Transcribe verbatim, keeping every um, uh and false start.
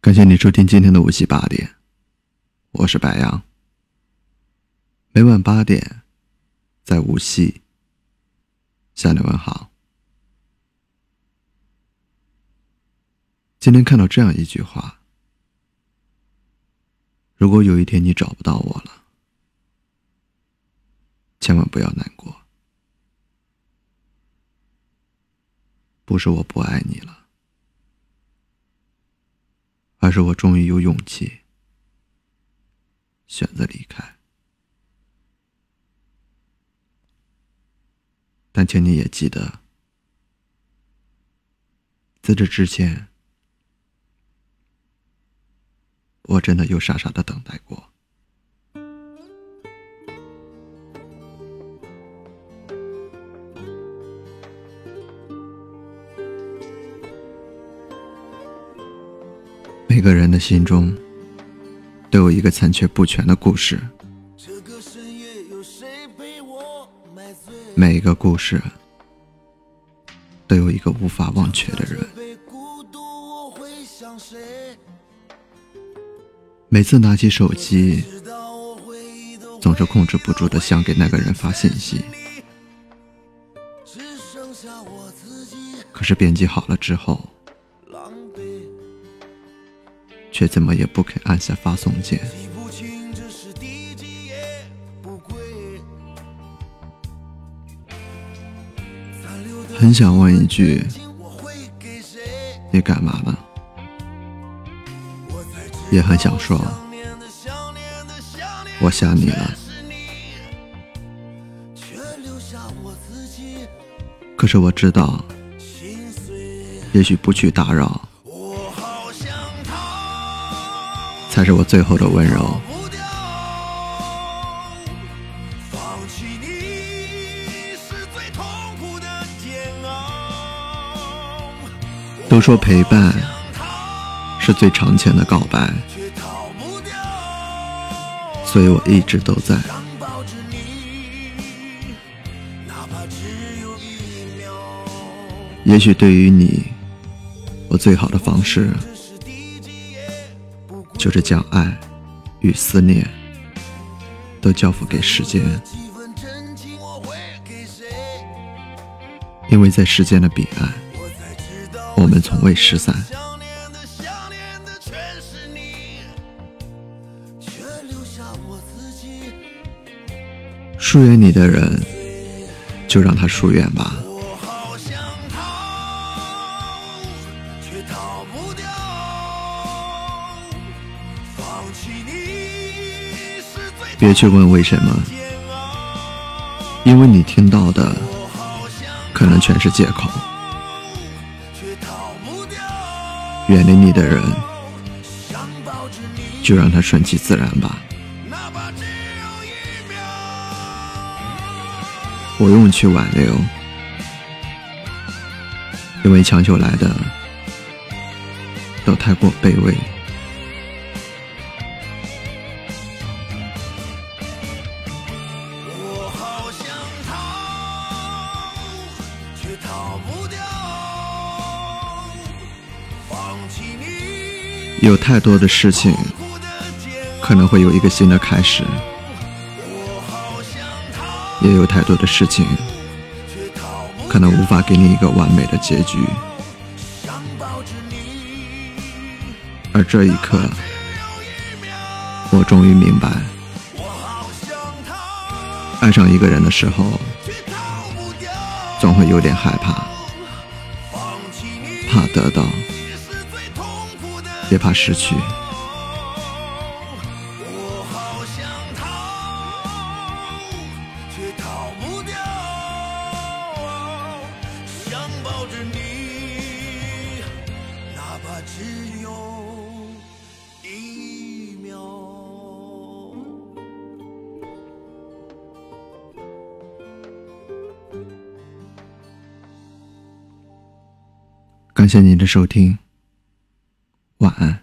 感谢你收听今天的无锡八点，我是白杨。每晚八点，在无锡向你问好。今天看到这样一句话：如果有一天你找不到我了，千万不要难过。不是我不爱你了，而是我终于有勇气选择离开。但请你也记得，在这之前，我真的有傻傻的等待过。每个人的心中都有一个残缺不全的故事，每一个故事都有一个无法忘却的人。每次拿起手机，总是控制不住的想给那个人发信息，可是编辑好了之后，却怎么也不肯按下发送键。很想问一句，你干嘛呢？也很想说，我想你了。可是我知道，也许不去打扰才是我最后的温柔。都说陪伴是最长情的告白，所以我一直都在。也许对于你，我最好的方式就是将爱与思念都交付给时间，因为在时间的彼岸，我们从未失散。疏远你的人，就让他疏远吧。别去问为什么，因为你听到的可能全是借口。远离你的人，就让它顺其自然吧。不用去挽留，因为强求来的都太过卑微。 我好想逃，却逃不掉，放弃你。 有太多的事情可能会有一个新的开始，也有太多的事情可能无法给你一个完美的结局。而这一刻，我终于明白，爱上一个人的时候，总会有点害怕，怕得到，也怕失去。 逃不掉，想抱着你，哪怕只有一秒。 感谢您的收听，晚安。